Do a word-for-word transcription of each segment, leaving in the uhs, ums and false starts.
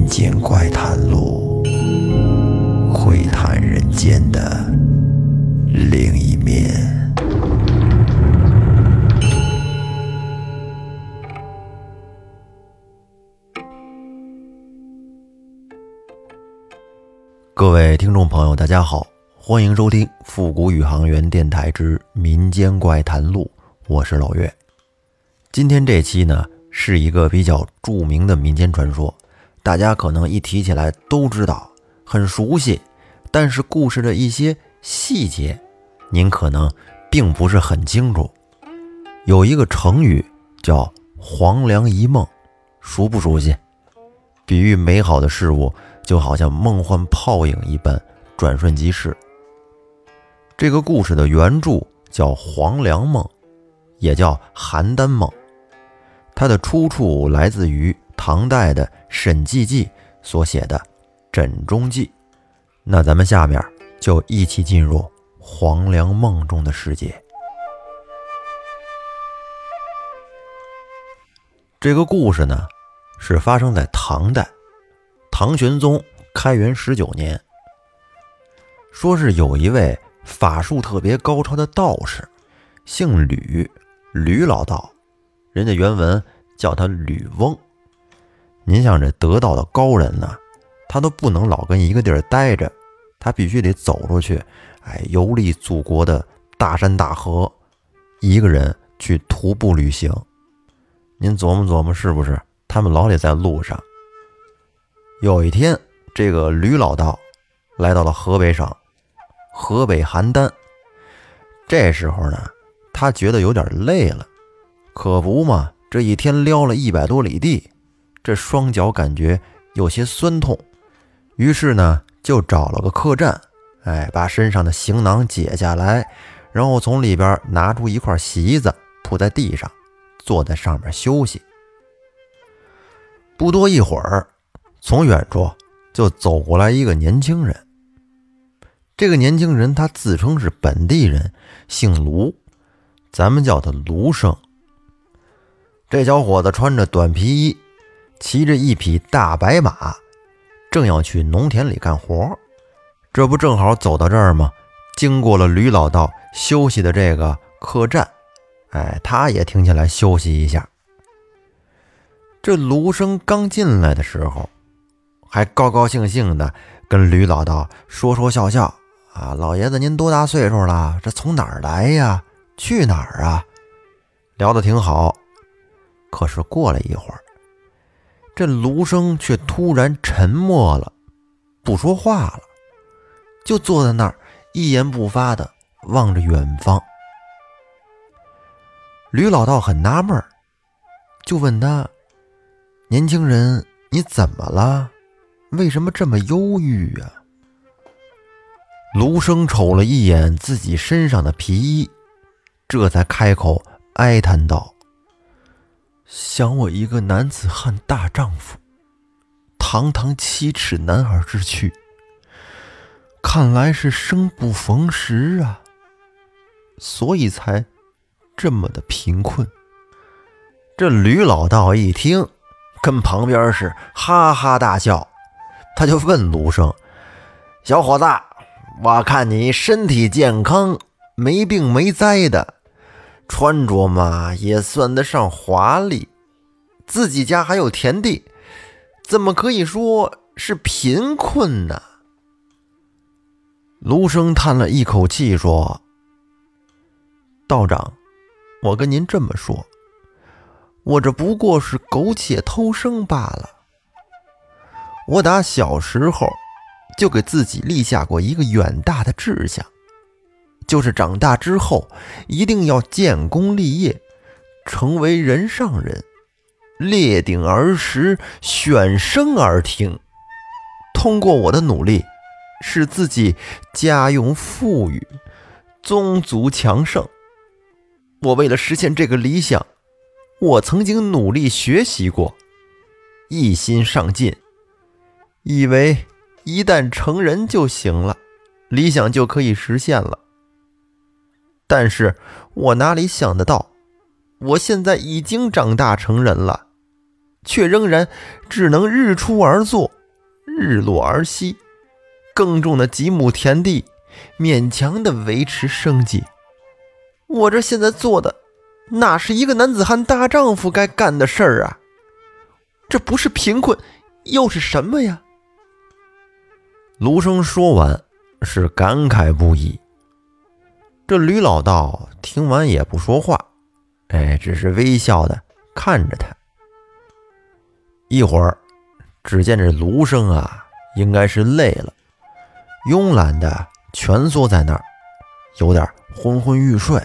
民间怪谈录，窥探人间的另一面。各位听众朋友，大家好，欢迎收听复古宇航员电台之民间怪谈录，我是老岳。今天这期呢，是一个比较著名的民间传说，大家可能一提起来都知道，很熟悉，但是故事的一些细节您可能并不是很清楚。有一个成语叫黄粱一梦，熟不熟悉？比喻美好的事物就好像梦幻泡影一般，转瞬即逝。这个故事的原著叫黄粱梦，也叫邯郸梦。它的出处来自于唐代的沈济记所写的《枕中记》。那咱们下面就一起进入黄粱梦中的世界。这个故事呢，是发生在唐代，唐玄宗开元十九年。说是有一位法术特别高超的道士，姓吕，吕老道，人家原文叫他吕翁。您想这得道的高人呢，他都不能老跟一个地儿待着，他必须得走出去，哎，游历祖国的大山大河，一个人去徒步旅行。您琢磨琢磨，是不是他们老得在路上？有一天，这个吕老道来到了河北省河北邯郸。这时候呢，他觉得有点累了，可不嘛，这一天撩了一百多里地，这双脚感觉有些酸痛，于是呢就找了个客栈，哎，把身上的行囊解下来，然后从里边拿出一块席子铺在地上，坐在上面休息。不多一会儿，从远处就走过来一个年轻人。这个年轻人他自称是本地人，姓卢，咱们叫他卢生。这小伙子穿着短皮衣，骑着一匹大白马，正要去农田里干活。这不正好走到这儿吗？经过了吕老道休息的这个客栈，哎，他也停下来休息一下。这卢生刚进来的时候，还高高兴兴的跟吕老道说说笑笑啊，老爷子您多大岁数了？这从哪儿来呀？去哪儿啊？聊得挺好。可是过了一会儿，这卢生却突然沉默了，不说话了，就坐在那儿一言不发的望着远方。吕老道很纳闷，就问他：年轻人，你怎么了？为什么这么忧郁啊？卢生瞅了一眼自己身上的皮衣，这才开口哀叹道：想我一个男子汉大丈夫，堂堂七尺男儿之躯，看来是生不逢时啊，所以才这么的贫困。这吕老道一听，跟旁边是哈哈大笑，他就问卢生：小伙子，我看你身体健康，没病没灾的，穿着嘛也算得上华丽，自己家还有田地，怎么可以说是贫困呢？卢生叹了一口气说：道长，我跟您这么说，我这不过是苟且偷生罢了。我打小时候就给自己立下过一个远大的志向，就是长大之后一定要建功立业，成为人上人，列鼎而食，选生而听。通过我的努力，使自己家用富裕，宗族强盛。我为了实现这个理想，我曾经努力学习过，一心上进，以为一旦成人就行了，理想就可以实现了。但是我哪里想得到，我现在已经长大成人了，却仍然只能日出而作， 日落而息，耕种的几亩田地，勉强的维持生计。我这现在做的，哪是一个男子汉大丈夫该干的事儿啊？这不是贫困，又是什么呀？”卢生说完，是感慨不已。这吕老道听完也不说话，哎，只是微笑的看着他。一会儿，只见这卢生啊，应该是累了，慵懒的蜷缩在那儿，有点昏昏欲睡。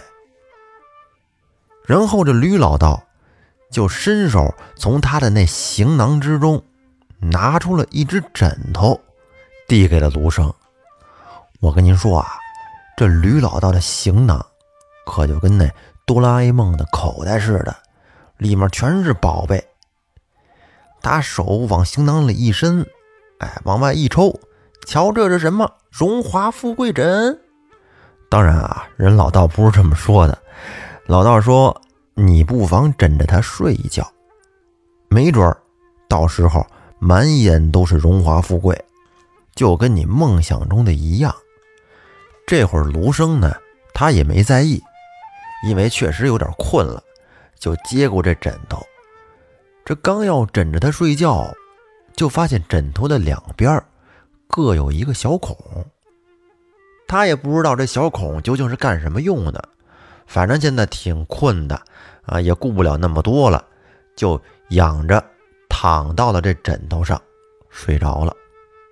然后这吕老道就伸手从他的那行囊之中拿出了一只枕头，递给了卢生。我跟您说啊，这吕老道的行囊可就跟那哆啦 A 梦的口袋似的，里面全是宝贝。他手往行囊里一伸，哎，往外一抽，瞧这是什么？荣华富贵枕。当然啊，人老道不是这么说的。老道说，你不妨枕着它睡一觉，没准儿到时候满眼都是荣华富贵，就跟你梦想中的一样。这会儿卢生呢，他也没在意，因为确实有点困了，就接过这枕头。这刚要枕着它睡觉，就发现枕头的两边各有一个小孔。他也不知道这小孔究竟是干什么用的，反正现在挺困的啊，也顾不了那么多了，就仰着躺到了这枕头上睡着了。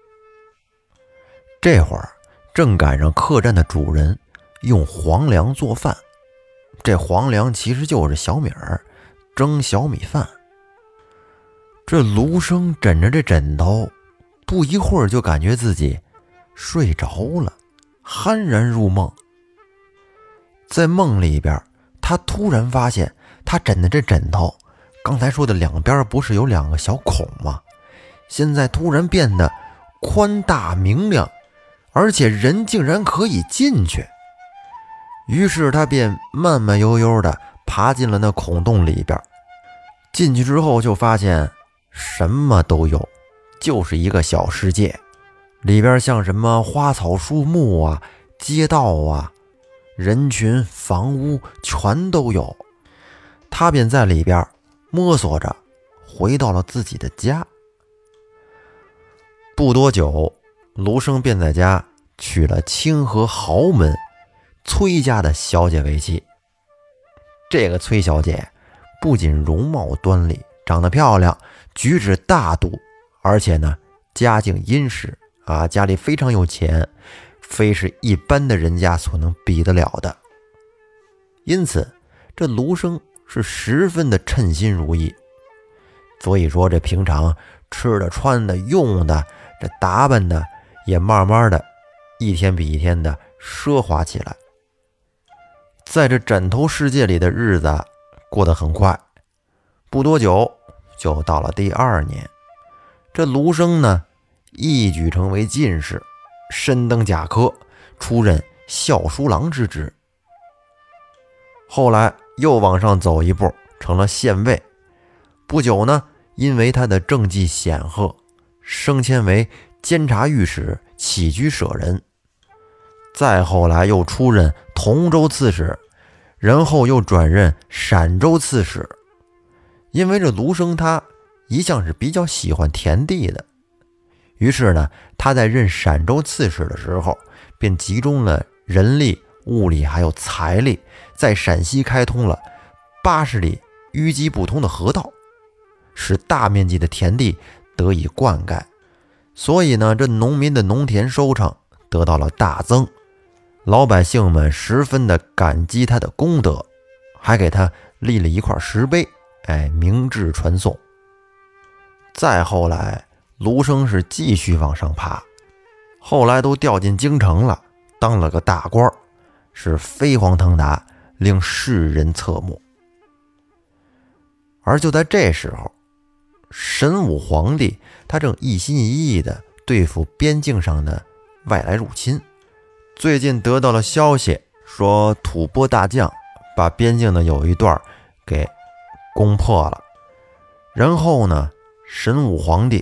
这会儿正赶上客栈的主人用黄粱做饭，这黄粱其实就是小米儿，蒸小米饭。这卢生枕着这枕头，不一会儿就感觉自己睡着了，酣然入梦。在梦里边，他突然发现他枕的这枕头，刚才说的两边不是有两个小孔吗？现在突然变得宽大明亮，而且人竟然可以进去。于是他便慢慢悠悠地爬进了那孔洞里边。进去之后就发现什么都有，就是一个小世界，里边像什么花草树木啊、街道啊、人群、房屋全都有。他便在里边摸索着回到了自己的家。不多久，卢生便在家娶了清河豪门崔家的小姐为妻。这个崔小姐不仅容貌端丽，长得漂亮，举止大度，而且呢家境殷实啊，家里非常有钱，非是一般的人家所能比得了的。因此这卢生是十分的称心如意。所以说这平常吃的穿的用的，这打扮的也慢慢的一天比一天的奢华起来。在这枕头世界里的日子过得很快，不多久就到了第二年。这卢生呢一举成为进士，身登甲科，出任校书郎之职。后来又往上走一步，成了县尉。不久呢，因为他的政绩显赫，升迁为监察御史、起居舍人。再后来又出任同州刺史，然后又转任陕州刺史。因为这卢生他一向是比较喜欢田地的，于是呢，他在任陕州刺史的时候，便集中了人力、物力还有财力，在陕西开通了八十里淤积不通的河道，使大面积的田地得以灌溉。所以呢，这农民的农田收成得到了大增，老百姓们十分的感激他的功德，还给他立了一块石碑，哎，明志传颂。再后来，卢生是继续往上爬，后来都调进京城了，当了个大官，是飞黄腾达，令世人侧目。而就在这时候，神武皇帝他正一心一意地对付边境上的外来入侵。最近得到了消息，说吐蕃大将把边境的有一段给攻破了。然后呢，神武皇帝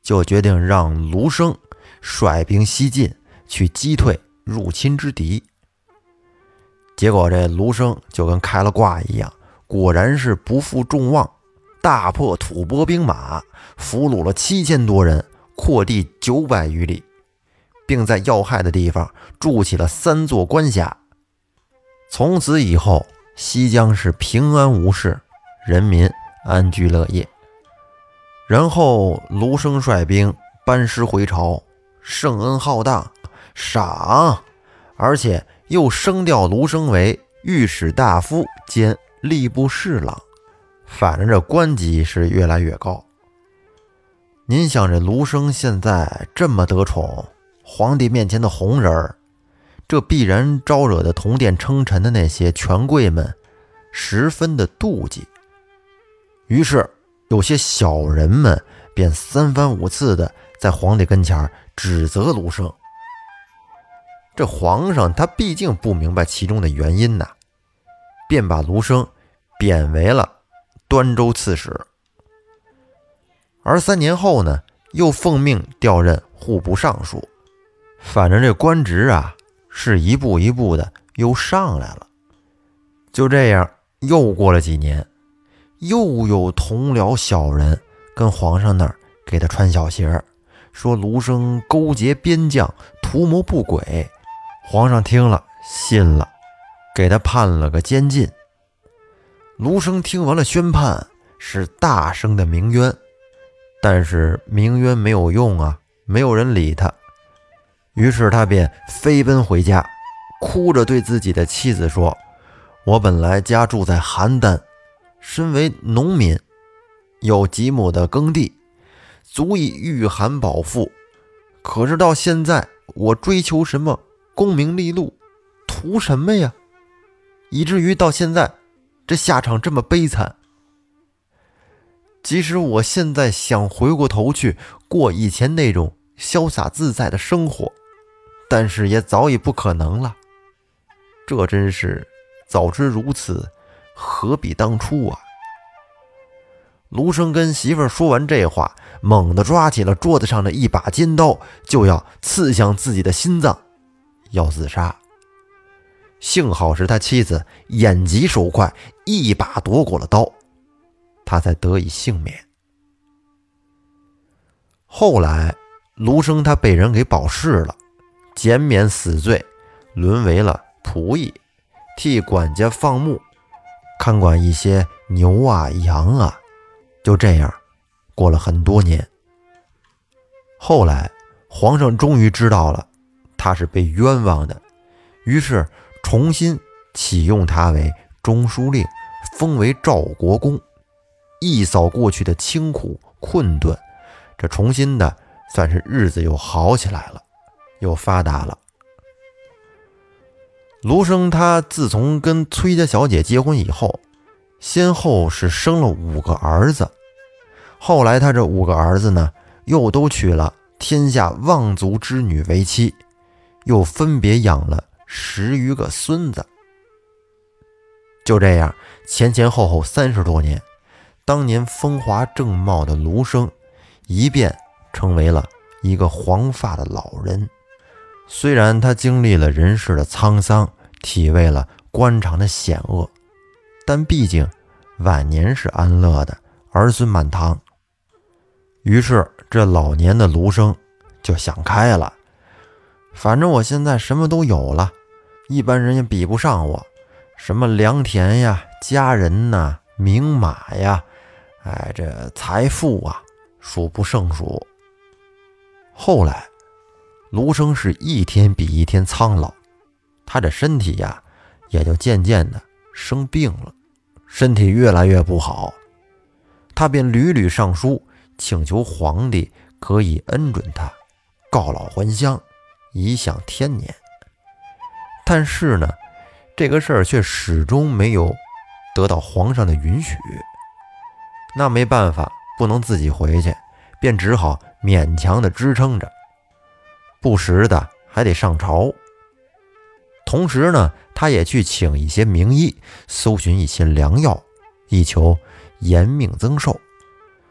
就决定让卢生率兵西进，去击退入侵之敌。结果这卢生就跟开了挂一样，果然是不负众望，大破吐蕃兵马，俘虏了七千多人，扩地九百余里，并在要害的地方筑起了三座关峡。从此以后，西疆是平安无事，人民安居乐业。然后卢生率兵班师回朝，圣恩浩荡，赏，而且又升调卢生为御史大夫兼吏部侍郎，反正这官级是越来越高。您想这卢生现在这么得宠，皇帝面前的红人，这必然招惹的同殿称臣的那些权贵们十分的妒忌。于是有些小人们便三番五次的在皇帝跟前指责卢生。这皇上他毕竟不明白其中的原因呐，便把卢生贬为了端州刺史。而三年后呢，又奉命调任户部尚书。反正这官职啊，是一步一步的又上来了。就这样又过了几年，又有同僚小人跟皇上那儿给他穿小鞋，说卢生勾结边将，图谋不轨。皇上听了信了，给他判了个监禁。卢生听完了宣判，是大声的鸣冤，但是鸣冤没有用啊，没有人理他。于是他便飞奔回家，哭着对自己的妻子说：我本来家住在邯郸，身为农民，有几亩的耕地，足以御寒饱腹。可是到现在，我追求什么功名利禄，图什么呀？以至于到现在这下场这么悲惨。即使我现在想回过头去过以前那种潇洒自在的生活，但是也早已不可能了。这真是早知如此，何必当初啊！卢生跟媳妇儿说完这话，猛地抓起了桌子上的一把尖刀，就要刺向自己的心脏，要自杀。幸好是他妻子眼疾手快，一把夺过了刀，他才得以幸免。后来卢生他被人给保释了，减免死罪，沦为了仆役，替管家放牧，看管一些牛啊羊啊。就这样过了很多年。后来皇上终于知道了他是被冤枉的，于是重新启用他为中书令，封为赵国公，一扫过去的清苦困顿，这重新的算是日子又好起来了，又发达了。卢生他自从跟崔家小姐结婚以后，先后是生了五个儿子，后来他这五个儿子呢，又都娶了天下望族之女为妻，又分别养了十余个孙子。就这样前前后后三十多年，当年风华正茂的卢生一变成为了一个黄发的老人。虽然他经历了人世的沧桑，体味了官场的险恶，但毕竟晚年是安乐的，儿孙满堂。于是这老年的卢生就想开了，反正我现在什么都有了，一般人也比不上我，什么良田呀、家人呐、名马呀，哎，这财富啊，数不胜数。后来卢生是一天比一天苍老，他这身体呀也就渐渐的生病了，身体越来越不好。他便屡屡上书请求皇帝可以恩准他告老还乡，颐享天年。但是呢，这个事儿却始终没有得到皇上的允许。那没办法，不能自己回去，便只好勉强的支撑着，不时的还得上朝。同时呢，他也去请一些名医，搜寻一些良药，以求延命增寿。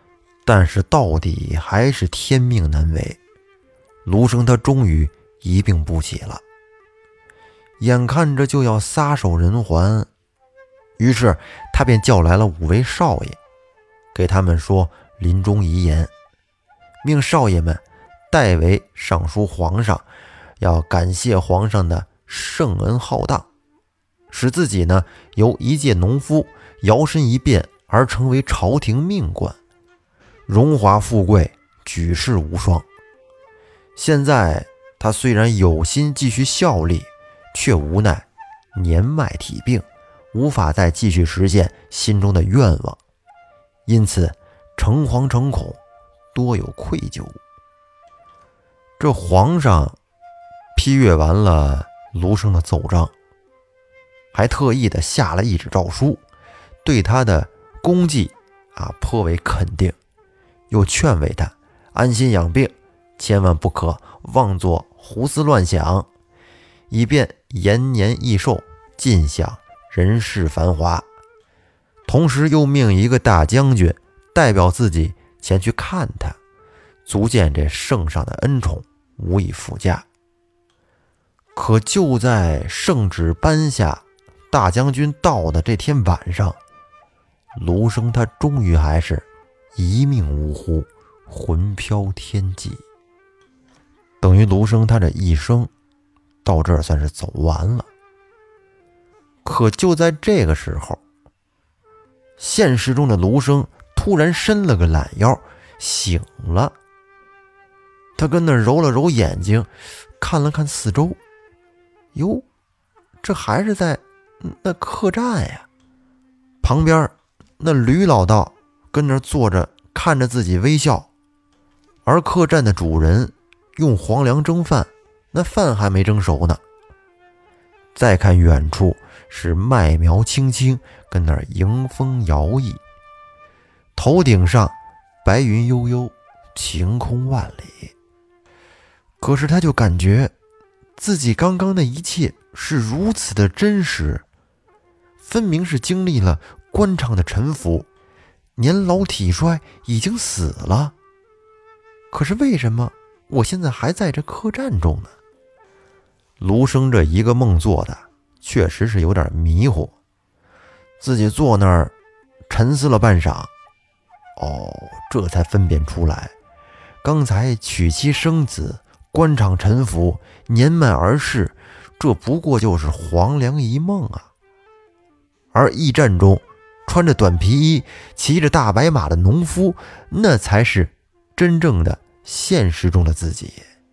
但是到底还是天命难违，卢生他终于一病不起了，眼看着就要撒手人寰，于是他便叫来了五位少爷，给他们说临终遗言，命少爷们代为上书皇上，要感谢皇上的圣恩浩荡，使自己呢由一介农夫摇身一变而成为朝廷命官，荣华富贵，举世无双。现在他虽然有心继续效力，却无奈年迈体病，无法再继续实现心中的愿望，因此诚惶诚恐，多有愧疚。这皇上批阅完了卢生的奏章，还特意的下了一纸诏书，对他的功绩啊颇为肯定，又劝慰他安心养病，千万不可妄作胡思乱想，以便延年益寿，尽享人世繁华。同时又命一个大将军代表自己前去看他，足见这圣上的恩宠无以复加。可就在圣旨颁下，大将军到的这天晚上，卢生他终于还是一命呜呼，魂飘天际。等于卢生他这一生到这儿算是走完了。可就在这个时候，现实中的卢生突然伸了个懒腰，醒了。他跟那揉了揉眼睛，看了看四周，哟，这还是在那客栈呀。旁边那吕老道跟那坐着，看着自己微笑，而客栈的主人用黄粱蒸饭，那饭还没蒸熟呢。再看远处是麦苗青青，跟那儿迎风摇曳，头顶上白云悠悠，晴空万里。可是他就感觉自己刚刚的一切是如此的真实，分明是经历了官场的沉浮，年老体衰，已经死了。可是为什么我现在还在这客栈中呢？卢生这一个梦做的确实是有点迷糊，自己坐那儿沉思了半晌，哦，这才分辨出来，刚才娶妻生子，官场沉浮，年迈而逝，这不过就是黄粱一梦啊。而驿站中穿着短皮衣，骑着大白马的农夫，那才是真正的现实中的自己。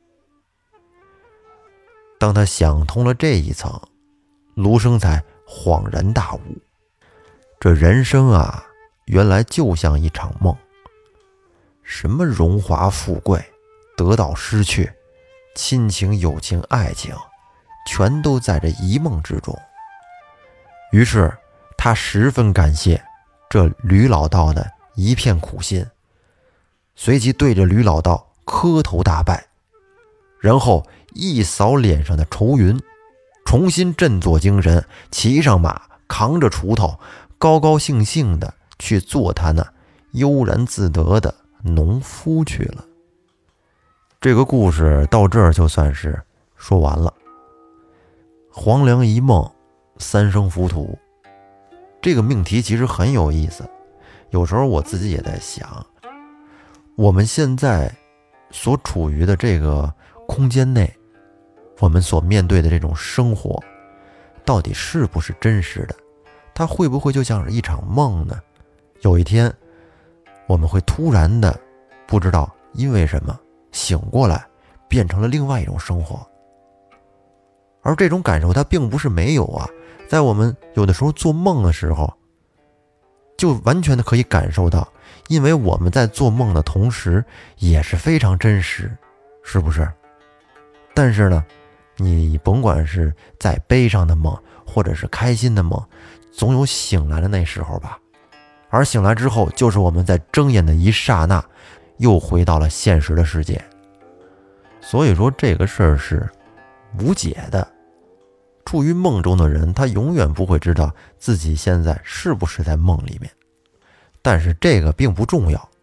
当他想通了这一层，卢生才恍然大悟，这人生啊，原来就像一场梦，什么荣华富贵，得到失去，亲情友情爱情，全都在这一梦之中。于是他十分感谢这吕老道的一片苦心，随即对着吕老道磕头大拜，然后一扫脸上的愁云，重新振作精神，骑上马，扛着锄头，高高兴兴的去做他那悠然自得的农夫去了。这个故事到这儿就算是说完了。黄粱一梦，三生浮屠，这个命题其实很有意思。有时候我自己也在想，我们现在所处于的这个空间内，我们所面对的这种生活到底是不是真实的？它会不会就像是一场梦呢？有一天我们会突然的不知道因为什么醒过来，变成了另外一种生活。而这种感受它并不是没有啊，在我们有的时候做梦的时候，就完全的可以感受到，因为我们在做梦的同时也是非常真实，是不是？但是呢，你甭管是在悲伤的梦或者是开心的梦，总有醒来的那时候吧。而醒来之后，就是我们在睁眼的一刹那又回到了现实的世界。所以说这个事儿是无解的，处于梦中的人，他永远不会知道自己现在是不是在梦里面。但是这个并不重要，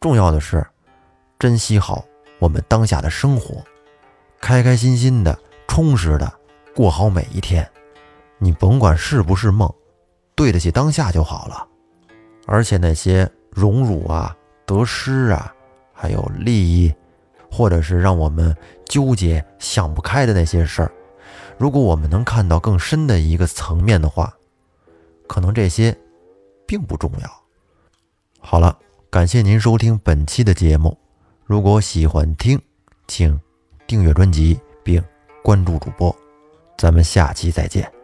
重要的是珍惜好我们当下的生活，开开心心的充实的过好每一天。你甭管是不是梦，对得起当下就好了。而且那些荣辱啊、得失啊，还有利益，或者是让我们纠结想不开的那些事儿，如果我们能看到更深的一个层面的话，可能这些并不重要。好了，感谢您收听本期的节目，如果喜欢听，请订阅专辑并关注主播，咱们下期再见。